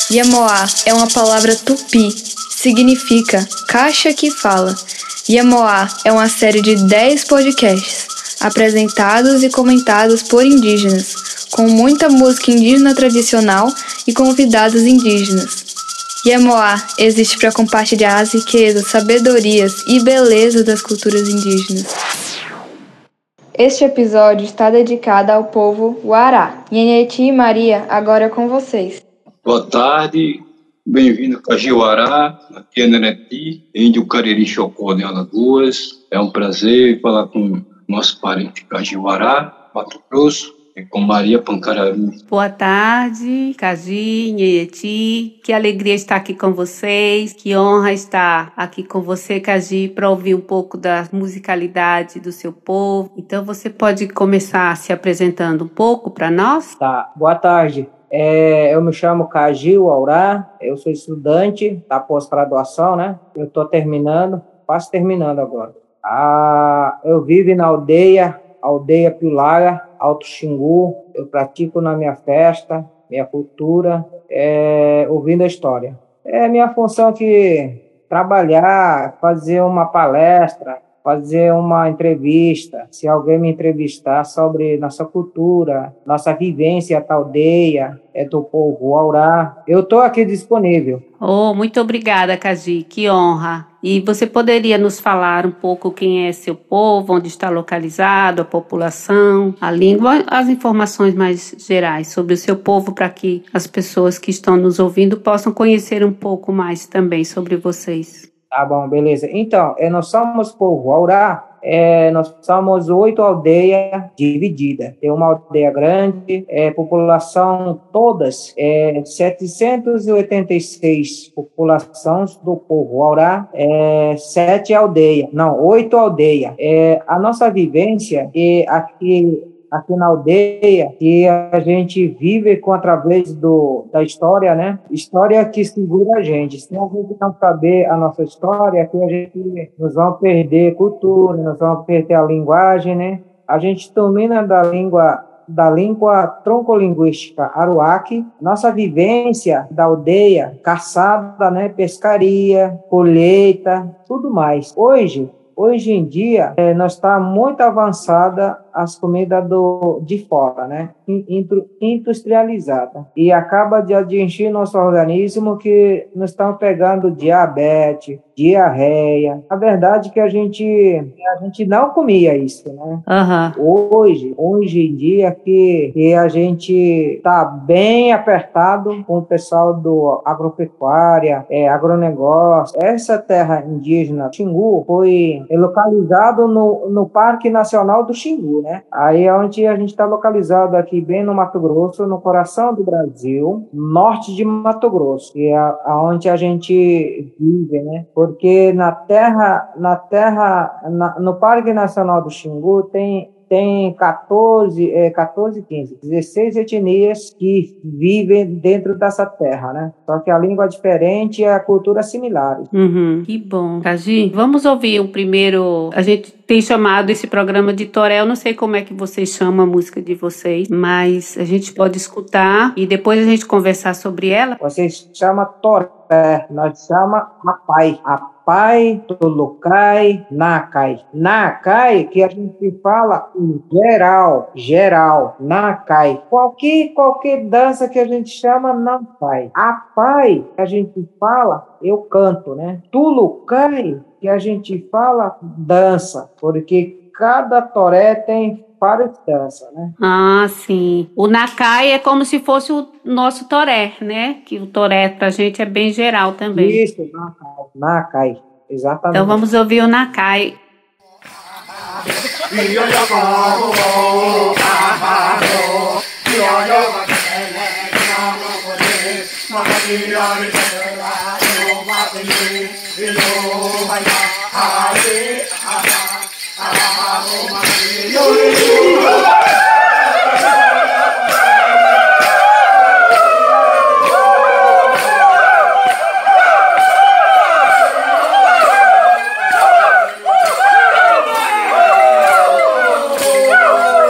Yamoa é uma palavra tupi, significa caixa que fala. Yamoa é uma série de 10 podcasts, apresentados e comentados por indígenas, com muita música indígena tradicional e convidados indígenas. Yamoa existe para compartilhar as riquezas, sabedorias e beleza das culturas indígenas. Este episódio está dedicado ao povo Wará. Nhenheti e Maria, agora é com vocês. Boa tarde, bem-vindo a Cajiwará, aqui é Neneti, índio Cariri Chocó de Alagoas. É um prazer falar com nosso parente Cajiwará, Mato Grosso, e com Maria Pancararu. Boa tarde, Caji, Nhenheti, que alegria estar aqui com vocês, que honra estar aqui com você, Caji, para ouvir um pouco da musicalidade do seu povo. Então você pode começar se apresentando um pouco para nós? Tá, boa tarde. Eu me chamo Caji Waurá, eu sou estudante da pós-graduação, né? Eu estou terminando, quase terminando agora. Eu vivo na aldeia Pilara, Alto Xingu. Eu pratico na minha festa, minha cultura, ouvindo a história. Minha função aqui trabalhar, fazer uma palestra, fazer uma entrevista, se alguém me entrevistar sobre nossa cultura, nossa vivência da aldeia, do povo Waurá, eu estou aqui disponível. Muito obrigada, Caji, que honra. E você poderia nos falar um pouco quem é seu povo, onde está localizado, a população, a língua, as informações mais gerais sobre o seu povo, para que as pessoas que estão nos ouvindo possam conhecer um pouco mais também sobre vocês. Tá bom, beleza. Então, nós somos povo Waurá, nós somos 8 aldeias divididas. Tem uma aldeia grande, população todas, 786 populações do povo Waurá, 8 aldeias. A nossa vivência aqui na aldeia, que a gente vive através da história, né? História que segura a gente. Se a gente não saber a nossa história, nós vamos perder cultura, nós vamos perder a linguagem, né? A gente domina da língua troncolinguística aruaque, nossa vivência da aldeia, caçada, né? Pescaria, colheita, tudo mais. Hoje em dia, nós está muito avançada as comidas de fora, né? Industrializada. E acaba de atingir nosso organismo que nós estamos pegando diabetes, diarreia. A verdade é que a gente não comia isso, né? Uhum. Hoje em dia que a gente está bem apertado com o pessoal do agropecuária, agronegócio. Essa terra indígena, Xingu, foi localizado no Parque Nacional do Xingu, né? Aí é onde a gente está localizado aqui bem no Mato Grosso, no coração do Brasil, norte de Mato Grosso, que é onde a gente vive, né? Porque no Parque Nacional do Xingu tem 16 etnias que vivem dentro dessa terra, né? Só que a língua é diferente e a cultura é similar. Que bom. Caji, vamos ouvir o primeiro. A gente tem chamado esse programa de Toré. Eu não sei como é que vocês chamam a música de vocês, mas a gente pode escutar e depois a gente conversar sobre ela. Vocês chamam Toré, nós chamamos Apai, Tulucai, Nacai. Nacai, que a gente fala em geral, Nacai. Qualquer dança que a gente chama, não faz. Apai, que a gente fala, eu canto, né? Tulucai, que a gente fala, dança, porque cada toré tem várias danças, né? Ah, sim. O Nacai é como se fosse o nosso toré, né? Que o toré pra gente é bem geral também. Isso, Nacai, exatamente. Então vamos ouvir o Nacai.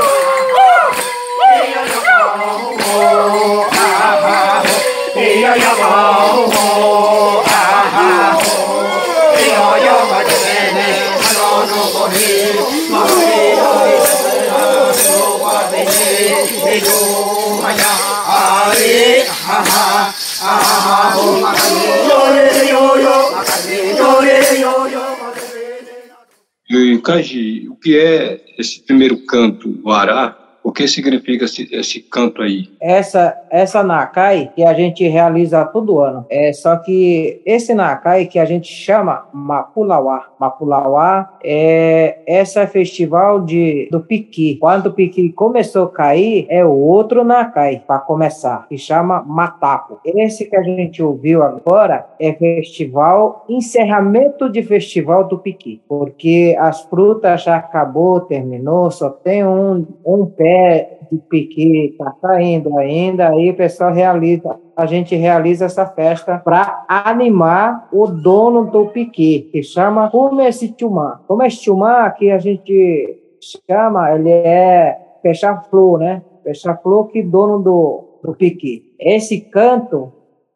Yo E, Kaji, o que é esse primeiro canto, o Ará? O que significa esse canto aí? Essa Nakai que a gente realiza todo ano. Só que esse Nakai que a gente chama Mapulauá. Mapulauá esse é festival do Piqui. Quando o Piqui começou a cair, é outro Nakai para começar, que chama Matapo. Esse que a gente ouviu agora é festival, encerramento de festival do Piqui. Porque as frutas já acabou, terminou, só tem um pé de piqui está caindo ainda, aí o pessoal a gente realiza essa festa para animar o dono do piqui, que chama Comestiumã. Comestiumã, que a gente chama, ele é Peixá-Flor, né? Peixá-Flor, que dono do piqui. Esse canto,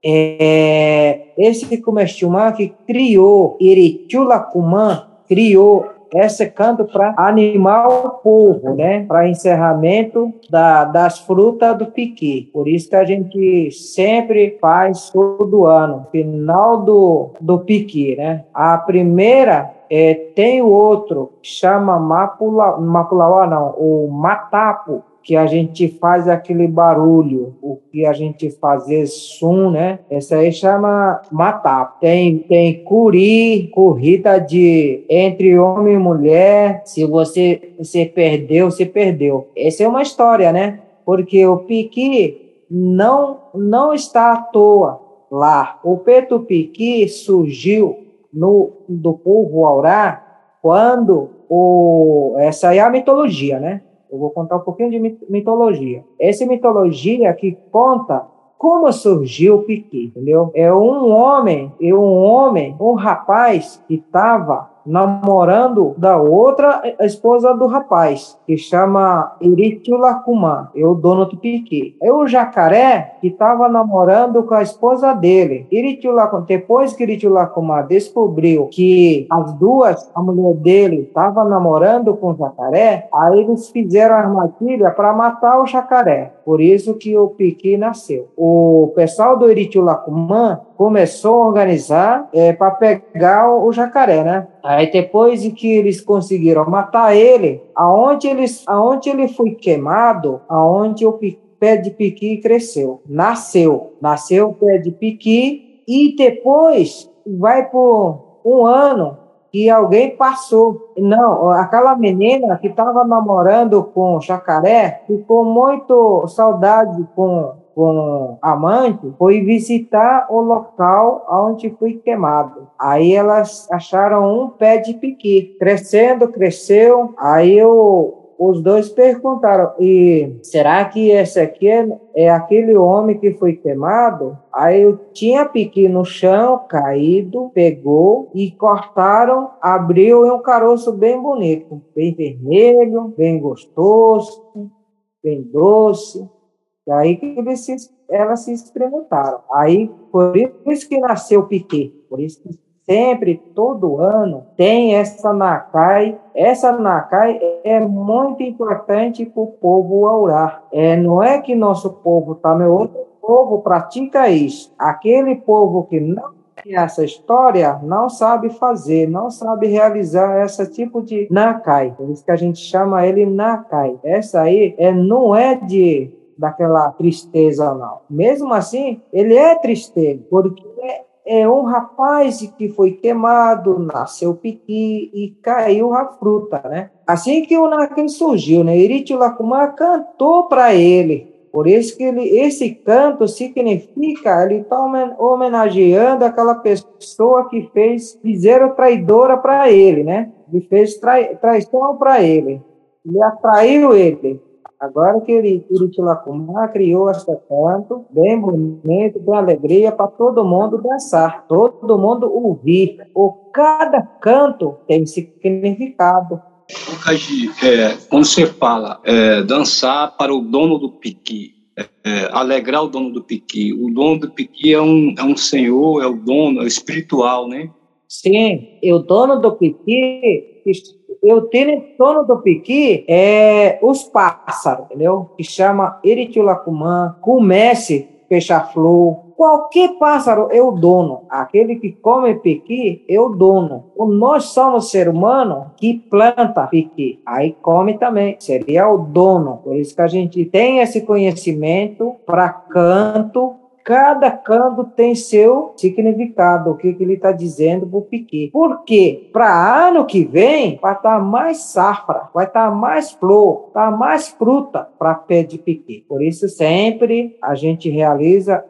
esse Comestiumã que criou, Iritulacumã, criou esse canto para animar o povo, né? Para encerramento das frutas do piqui. Por isso que a gente sempre faz todo ano, final do piqui, né? A primeira tem o outro, chama Mapulauá não, o Matapo, que a gente faz aquele barulho, o que a gente fazer som, né? Esse aí chama Matapo. Tem corrida entre homem e mulher. Se você perdeu, você perdeu. Essa é uma história, né? Porque o piqui não está à toa lá. O Peto Piqui surgiu do povo Aurá quando essa é a mitologia, né? Eu vou contar um pouquinho de mitologia. Essa mitologia que conta como surgiu o piqui, entendeu? É um rapaz que estava namorando da outra esposa do rapaz, que chama Iritulacumã, é o dono do piqui. É o jacaré que estava namorando com a esposa dele. Depois que Iritulacumã descobriu que a mulher dele estava namorando com o jacaré, aí eles fizeram a armadilha para matar o jacaré. Por isso que o piqui nasceu. O pessoal do Iritulacumã começou a organizar para pegar o jacaré, né? Aí depois de que eles conseguiram matar ele, aonde ele foi queimado, aonde o pé de piqui cresceu, nasceu o pé de piqui, e depois vai por um ano que alguém passou. Não, aquela menina que estava namorando com o jacaré ficou muito saudade com a amante, foi visitar o local onde foi queimado. Aí elas acharam um pé de piqui. Cresceu. Aí os dois perguntaram, e será que esse aqui é aquele homem que foi queimado? Aí tinha piqui no chão, caído, pegou e cortaram, abriu um caroço bem bonito, bem vermelho, bem gostoso, bem doce. E aí que elas se experimentaram. Aí, por isso que nasceu o piqui. Por isso que sempre, todo ano, tem essa Nakai. Essa Nakai é muito importante para o povo Aurá. Não é que nosso povo está, meu outro povo pratica isso. Aquele povo que não tem essa história não sabe fazer, não sabe realizar esse tipo de Nakai. Por isso que a gente chama ele Nakai. Essa aí não é daquela tristeza, não. Mesmo assim, ele é tristeza, porque é um rapaz que foi queimado, nasceu piqui e caiu a fruta, né? Assim que o Nakai surgiu, né? Iritulacumã cantou para ele. Por isso que esse canto significa, ele está homenageando aquela pessoa que fizeram traidora para ele, né? Ele fez traição para ele. Ele atraiu ele. Agora que Iritulacumã criou esse canto, bem bonito, com alegria, para todo mundo dançar, todo mundo ouvir. Cada canto tem significado. Kaji, quando você fala dançar para o dono do piqui, alegrar o dono do piqui. O dono do piqui é um senhor, é o dono, é o espiritual, né? Sim, e o dono do piqui, eu tenho dono do piqui é os pássaros, entendeu? Que chama Eritulacumã, Cumesse, Peixe-Flor. Qualquer pássaro é o dono. Aquele que come piqui é o dono. Nós somos ser humano que planta piqui. Aí come também. Seria o dono. Por isso que a gente tem esse conhecimento para canto. Cada canto tem seu significado, o que ele está dizendo para o piqui. Por quê? Para ano que vem, vai estar mais safra, vai estar mais flor, tá mais fruta para pé de piqui. Por isso, sempre a gente realiza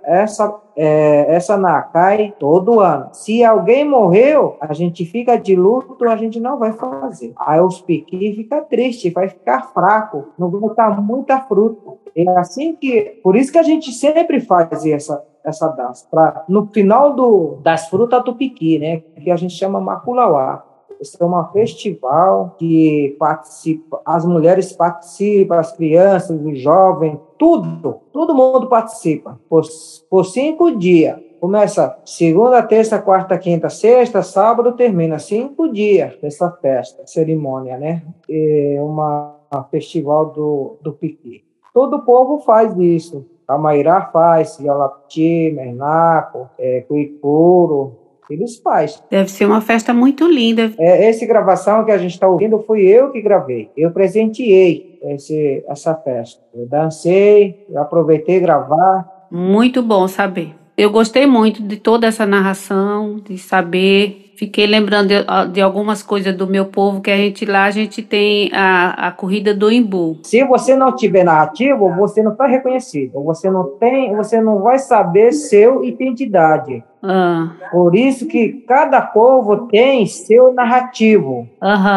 essa Nacai todo ano. Se alguém morreu, a gente fica de luto, a gente não vai fazer. Aí os piqui ficam tristes, vai ficar fraco, não vai estar muita fruta. É assim que, por isso que a gente sempre faz essa dança, no final das frutas do piqui, né, que a gente chama Maculauá. Esse é um festival que participa, as mulheres participam, as crianças, os jovens, todo mundo participa, por 5 dias. Começa segunda, terça, quarta, quinta, sexta, sábado, termina 5 dias dessa festa, cerimônia, né? É um festival do piqui. Todo o povo faz isso. A Mairá faz, Iolapti, Mernaco, Cuicuro, eles fazem. Deve ser uma festa muito linda. Essa gravação que a gente está ouvindo fui eu que gravei. Eu presenteei essa festa. Eu dancei, eu aproveitei gravar. Muito bom saber. Eu gostei muito de toda essa narração, de saber. Fiquei lembrando de algumas coisas do meu povo, que a gente tem a corrida do Imbu. Se você não tiver narrativo, você não está reconhecido. Você não vai saber sua identidade. Por isso que cada povo tem seu narrativo.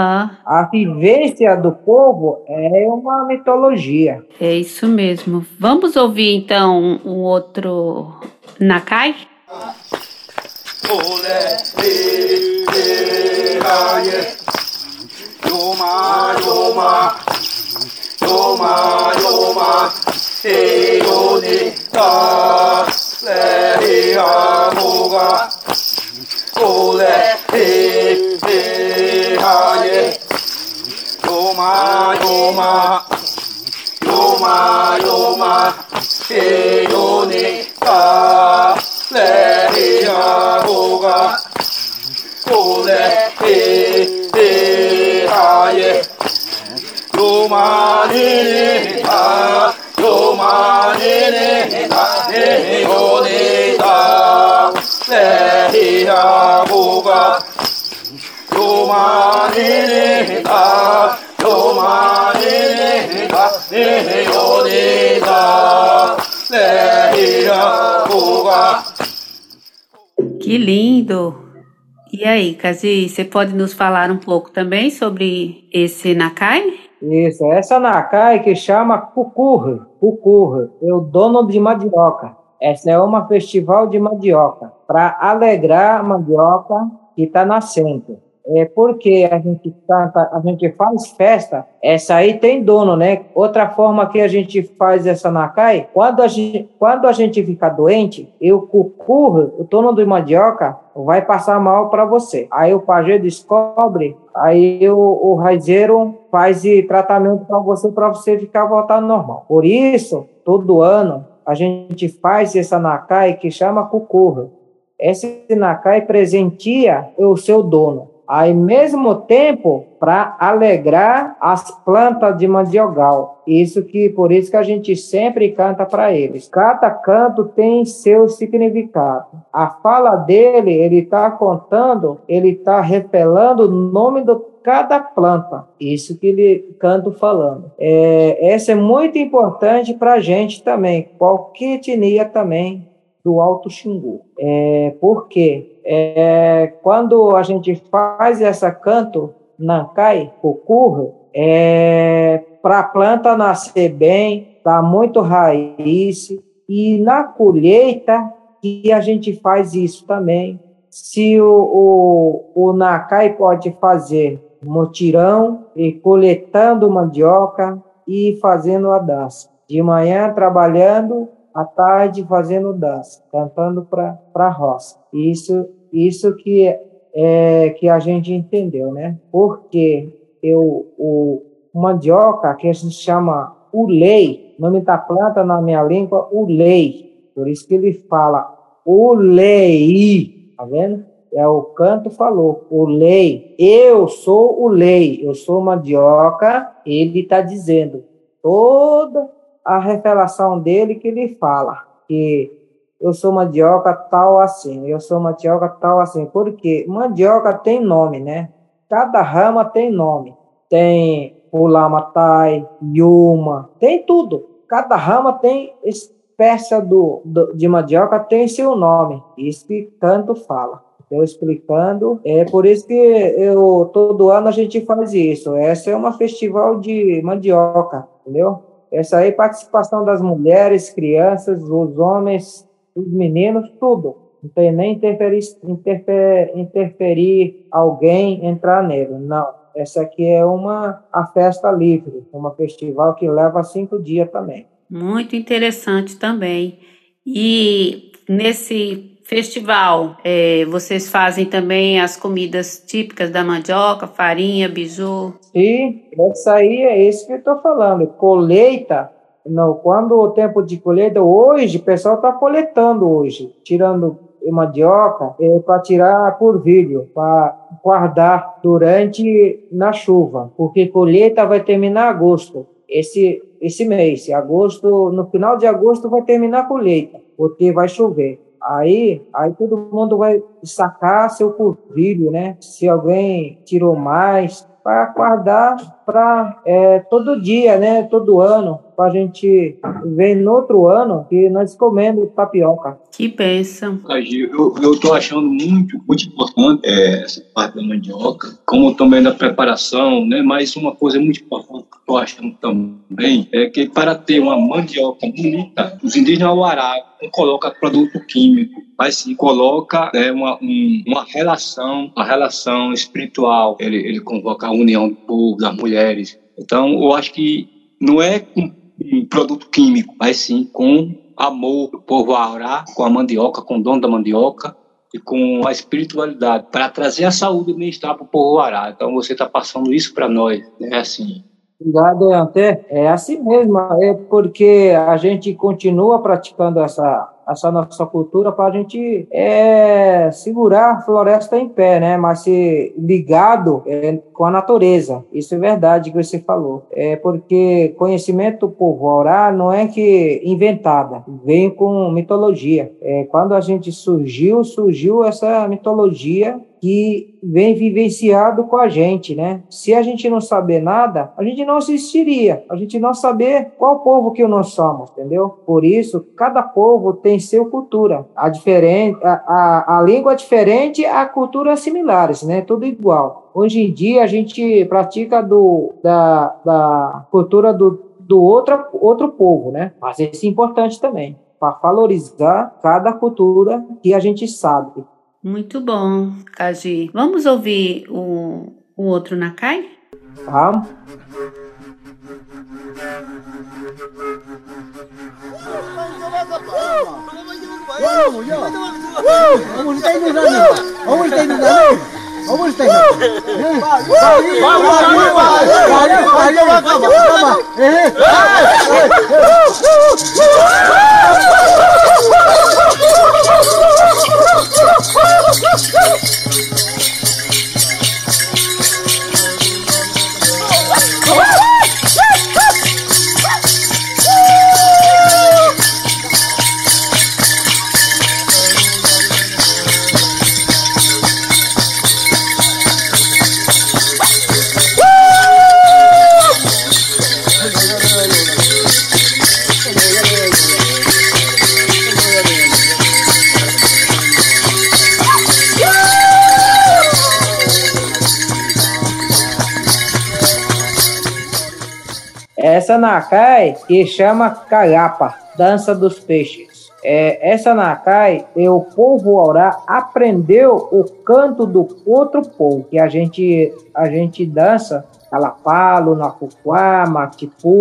A vivência do povo é uma mitologia. É isso mesmo. Vamos ouvir então um outro Nacai? Ole haye yoma yoma yoma yoma eyoni ta le amoga ole haye yoma yoma yoma yoma eyoni ta le amoga ole haye yomanini ta yomanini ta eyoni ta le amoga yomanini ta yomanini ta eyoni ta le amoga. Que lindo! E aí, Kazi, você pode nos falar um pouco também sobre esse Nacai? Isso, essa Nacai que chama Cucurra, é o dono de mandioca. Essa é uma festival de mandioca, para alegrar a mandioca que está nascendo. Porque a gente canta, a gente faz festa, essa aí tem dono, né? Outra forma que a gente faz essa Nacai, quando a gente fica doente, o Cucurra, o dono de mandioca, vai passar mal para você. Aí o pajé descobre, aí o raizeiro faz tratamento para você ficar voltando normal. Por isso, todo ano, a gente faz essa Nacai que chama Cucurra. Esse Nacai presenteia o seu dono. Aí, mesmo tempo, para alegrar as plantas de mandiogal. Por isso que a gente sempre canta para eles. Cada canto tem seu significado. A fala dele, ele está contando, ele está revelando o nome de cada planta. Isso que ele canta falando. Essa é muito importante para a gente também, qualquer etnia também do Alto Xingu. Por quê? Quando a gente faz essa canto Nacai, Cucurra, para a planta nascer bem, dar muito raiz, e na colheita que a gente faz isso também. Se o Nacai pode fazer mutirão, e coletando mandioca e fazendo a dança De manhã trabalhando, à tarde fazendo dança, cantando para a roça. Isso que a gente entendeu, né? Porque o mandioca, que a gente chama ulei, o nome da planta na minha língua, ulei. Por isso que ele fala ulei, tá vendo? O canto falou, ulei, eu sou ulei, eu sou mandioca, ele está dizendo toda a revelação dele que ele fala, que eu sou mandioca tal assim, eu sou mandioca tal assim, porque mandioca tem nome, né? Cada rama tem nome, tem pulamatai, yuma, tem tudo, cada rama tem espécie de mandioca, tem seu nome, isso que canto fala. Eu explicando, é por isso que todo ano a gente faz isso. Essa é uma festival de mandioca, entendeu? Essa aí é participação das mulheres, crianças, os homens, os meninos, tudo. Não tem nem interferir alguém entrar nele, não. Essa aqui é a festa livre, uma festival que leva 5 dias também. Muito interessante também. E nesse festival, vocês fazem também as comidas típicas da mandioca, farinha, biju? Sim, essa aí é isso que eu estou falando. Colheita, não, quando o tempo de colheita, hoje, o pessoal está coletando hoje, tirando mandioca para tirar por vídeo, para guardar na chuva, porque colheita vai terminar em agosto, esse mês, agosto, no final de agosto vai terminar a colheita, porque vai chover. Aí todo mundo vai sacar seu polvilho, né? Se alguém tirou mais, para guardar para todo dia, né? Todo ano, para a gente ver no outro ano que nós comemos tapioca. Que bênção. Eu estou achando muito importante essa parte da mandioca, como também da preparação, né? Mas uma coisa muito importante que eu estou achando também é que para ter uma mandioca bonita, os indígenas Uará não colocam produto químico, mas sim coloca uma relação espiritual. Ele convoca a união do povo, das mulheres. Então, eu acho que não é com um produto químico, mas sim com amor do povo Uará, com a mandioca, com o dono da mandioca e com a espiritualidade, para trazer a saúde e o bem-estar para o povo Uará. Então, você está passando isso para nós, né? Assim. Obrigado, Ante. É assim mesmo, é porque a gente continua praticando essa nossa cultura para a gente segurar a floresta em pé, né? Mas ser ligado com a natureza. Isso é verdade que você falou. É porque conhecimento popular não é que inventada, vem com mitologia. Quando a gente surgiu essa mitologia que vem vivenciado com a gente, né? Se a gente não saber nada, a gente não existiria. A gente não saber qual povo que nós somos, entendeu? Por isso, cada povo tem sua cultura. A língua é diferente, a cultura é similares, né? Tudo igual. Hoje em dia, a gente pratica da cultura do outro povo, né? Mas isso é importante também, para valorizar cada cultura que a gente sabe. Muito bom, Kaji. Vamos ouvir o outro Nakai? Vamos. Essa Nakai que chama Caiapa, dança dos peixes. Essa Nakai, o povo Uará aprendeu o canto do outro povo, que a gente dança Calapalo, Nacuquá, Matipu,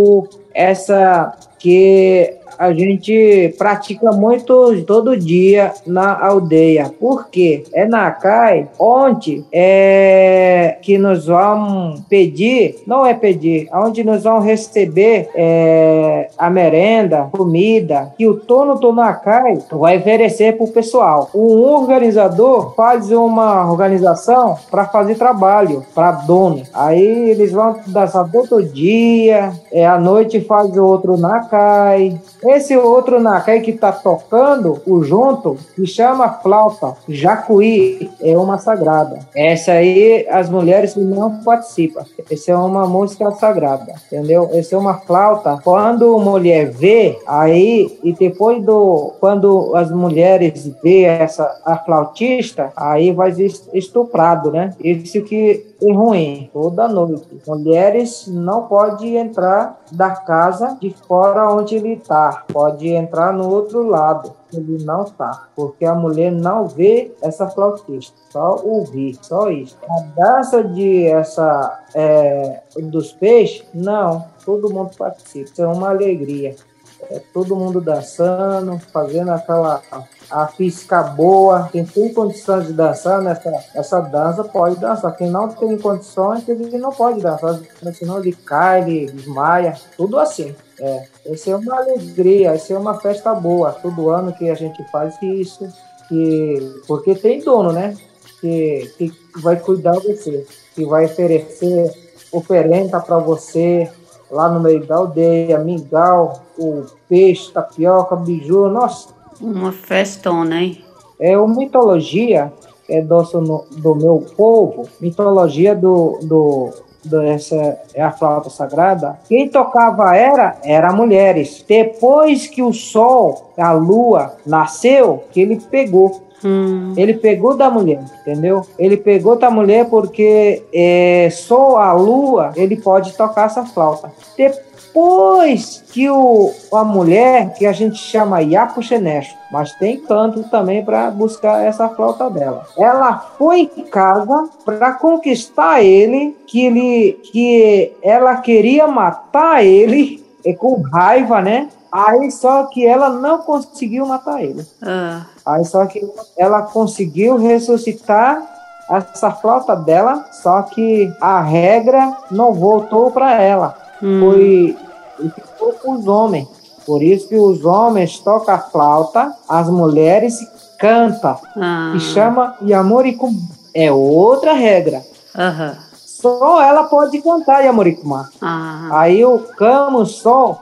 essa que a gente pratica muito todo dia na aldeia. Por quê? É na CAI onde que nós vamos pedir, não é pedir, onde nós vamos receber a merenda, comida, que o dono do Nacai vai oferecer para o pessoal. Um organizador faz uma organização para fazer trabalho para dono. Aí eles vão dançar todo dia, à noite faz o outro Nacai. Esse outro Nacai que está tocando o junto, que chama flauta, jacuí, é uma sagrada. Essa aí as mulheres não participam. Essa é uma música sagrada, entendeu? Essa é uma flauta. Quando a mulher vê, aí, e depois quando as mulheres vê a flautista, aí vai ser estuprado, né? Isso que é ruim, toda noite. Mulheres não podem entrar da casa de fora onde ele está. Pode entrar no outro lado. Ele não está, porque a mulher não vê essa flautista, só ouvir, só isso. A dança dos peixes, não, todo mundo participa, isso é uma alegria. Todo mundo dançando, fazendo a física boa. Quem tem condições de dançar essa dança pode dançar. Quem não tem condições, ele não pode dançar, senão ele cai, ele desmaia, tudo assim. Essa é uma alegria, essa é uma festa boa. Todo ano que a gente faz isso, porque tem dono, né? Que vai cuidar de você, que vai oferecer oferenda para você lá no meio da aldeia, mingau, o peixe, tapioca, biju, nossa. Uma festona, hein? É uma mitologia do meu povo, mitologia essa é a flauta sagrada. Quem tocava era mulheres. Depois que o sol, a lua nasceu, que ele pegou. Ele pegou da mulher, entendeu? Ele pegou da mulher porque só a lua ele pode tocar essa flauta. Depois que a mulher, que a gente chama Iapuxenecho, mas tem canto também para buscar essa flauta dela. Ela foi em casa para conquistar ele, que ela queria matar ele, com raiva, né? Aí só que ela não conseguiu matar ele. Aí só que ela conseguiu ressuscitar essa flauta dela, só que a regra não voltou para ela. Ficou com os homens. Por isso que os homens tocam a flauta, as mulheres cantam. E chama Yamoricumá. É outra regra. Só ela pode cantar Yamoricumá. Aí o Camusom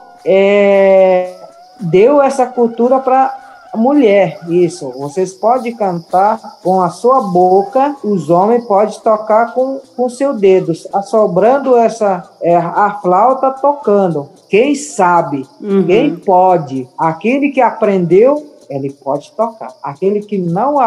deu essa cultura para a mulher. Isso. Vocês podem cantar com a sua boca, os homens podem tocar com seus dedos, assobrando a flauta tocando. Quem sabe, quem pode, aquele que aprendeu, ele pode tocar. Aquele que não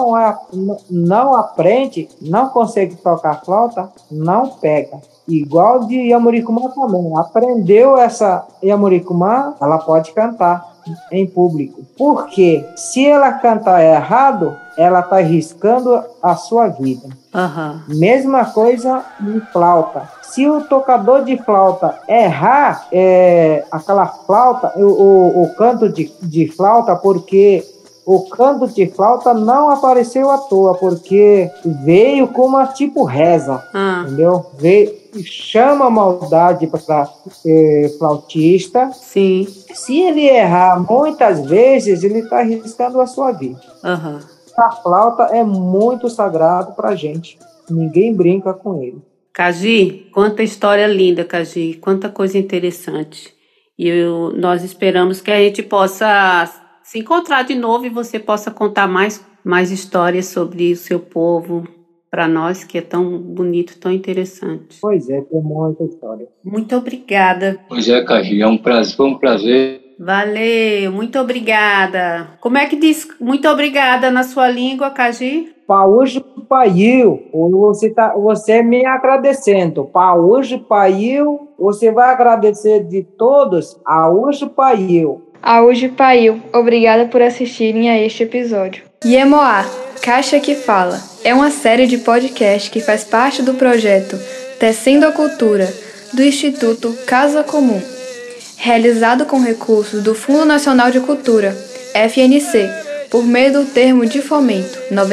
aprende, não consegue tocar flauta, não pega. Igual de Yamoricumá também. Aprendeu essa Yamoricumá, ela pode cantar em público. Porque se ela cantar errado, ela está arriscando a sua vida. Mesma coisa em flauta. Se o tocador de flauta errar aquela flauta, o canto de flauta, porque o canto de flauta não apareceu à toa, porque veio como uma tipo reza, entendeu? Chama a maldade para flautista. Sim. Se ele errar muitas vezes, ele está arriscando a sua vida. A flauta é muito sagrado para a gente. Ninguém brinca com ele. Cagi, quanta história linda, Cagi. Quanta coisa interessante. E nós esperamos que a gente possa se encontrar de novo e você possa contar mais histórias sobre o seu povo para nós, que é tão bonito, tão interessante. Pois é, tem muita história. Muito obrigada. Pois é, Cagi, foi um prazer. Valeu, muito obrigada. Como é que diz muito obrigada na sua língua, Cagi? Paujo Paiu, você me agradecendo. Paujo Paiu, você vai agradecer de todos. Aujo Paiu. Aujo Paiu, obrigada por assistirem a este episódio. Iemoá, Caixa que Fala, é uma série de podcast que faz parte do projeto Tecendo a Cultura, do Instituto Casa Comum. realizado com recursos do Fundo Nacional de Cultura, FNC, por meio do termo de fomento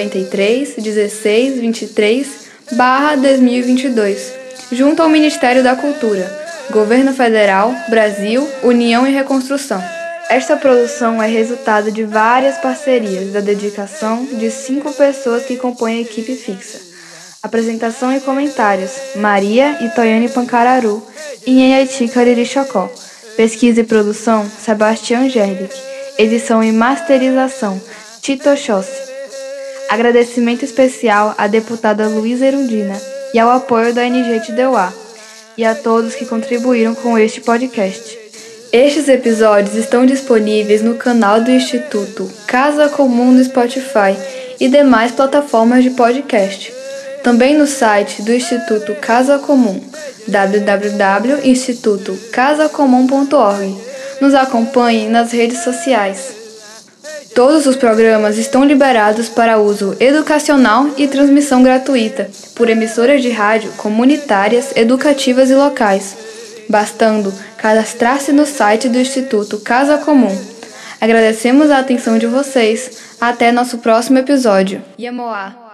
93.16.23/2022, junto ao Ministério da Cultura, Governo Federal, Brasil, União e Reconstrução. Esta produção é resultado de várias parcerias da dedicação de 5 pessoas que compõem a equipe fixa. Apresentação e comentários: Maria e Toiane Pancararu e Nhenhaiti Cariri Chocó. Pesquisa e produção: Sebastião Gerlich. Edição e masterização: Tito Oxóssi. Agradecimento especial à deputada Luísa Erundina e ao apoio da ONG Tideuá e a todos que contribuíram com este podcast. Estes episódios estão disponíveis no canal do Instituto Casa Comum no Spotify e demais plataformas de podcast. Também no site do Instituto Casa Comum, www.institutocasacomum.org. Nos acompanhe nas redes sociais. Todos os programas estão liberados para uso educacional e transmissão gratuita por emissoras de rádio comunitárias, educativas e locais, bastando cadastrar-se no site do Instituto Casa Comum. Agradecemos a atenção de vocês. Até nosso próximo episódio. Yamoá.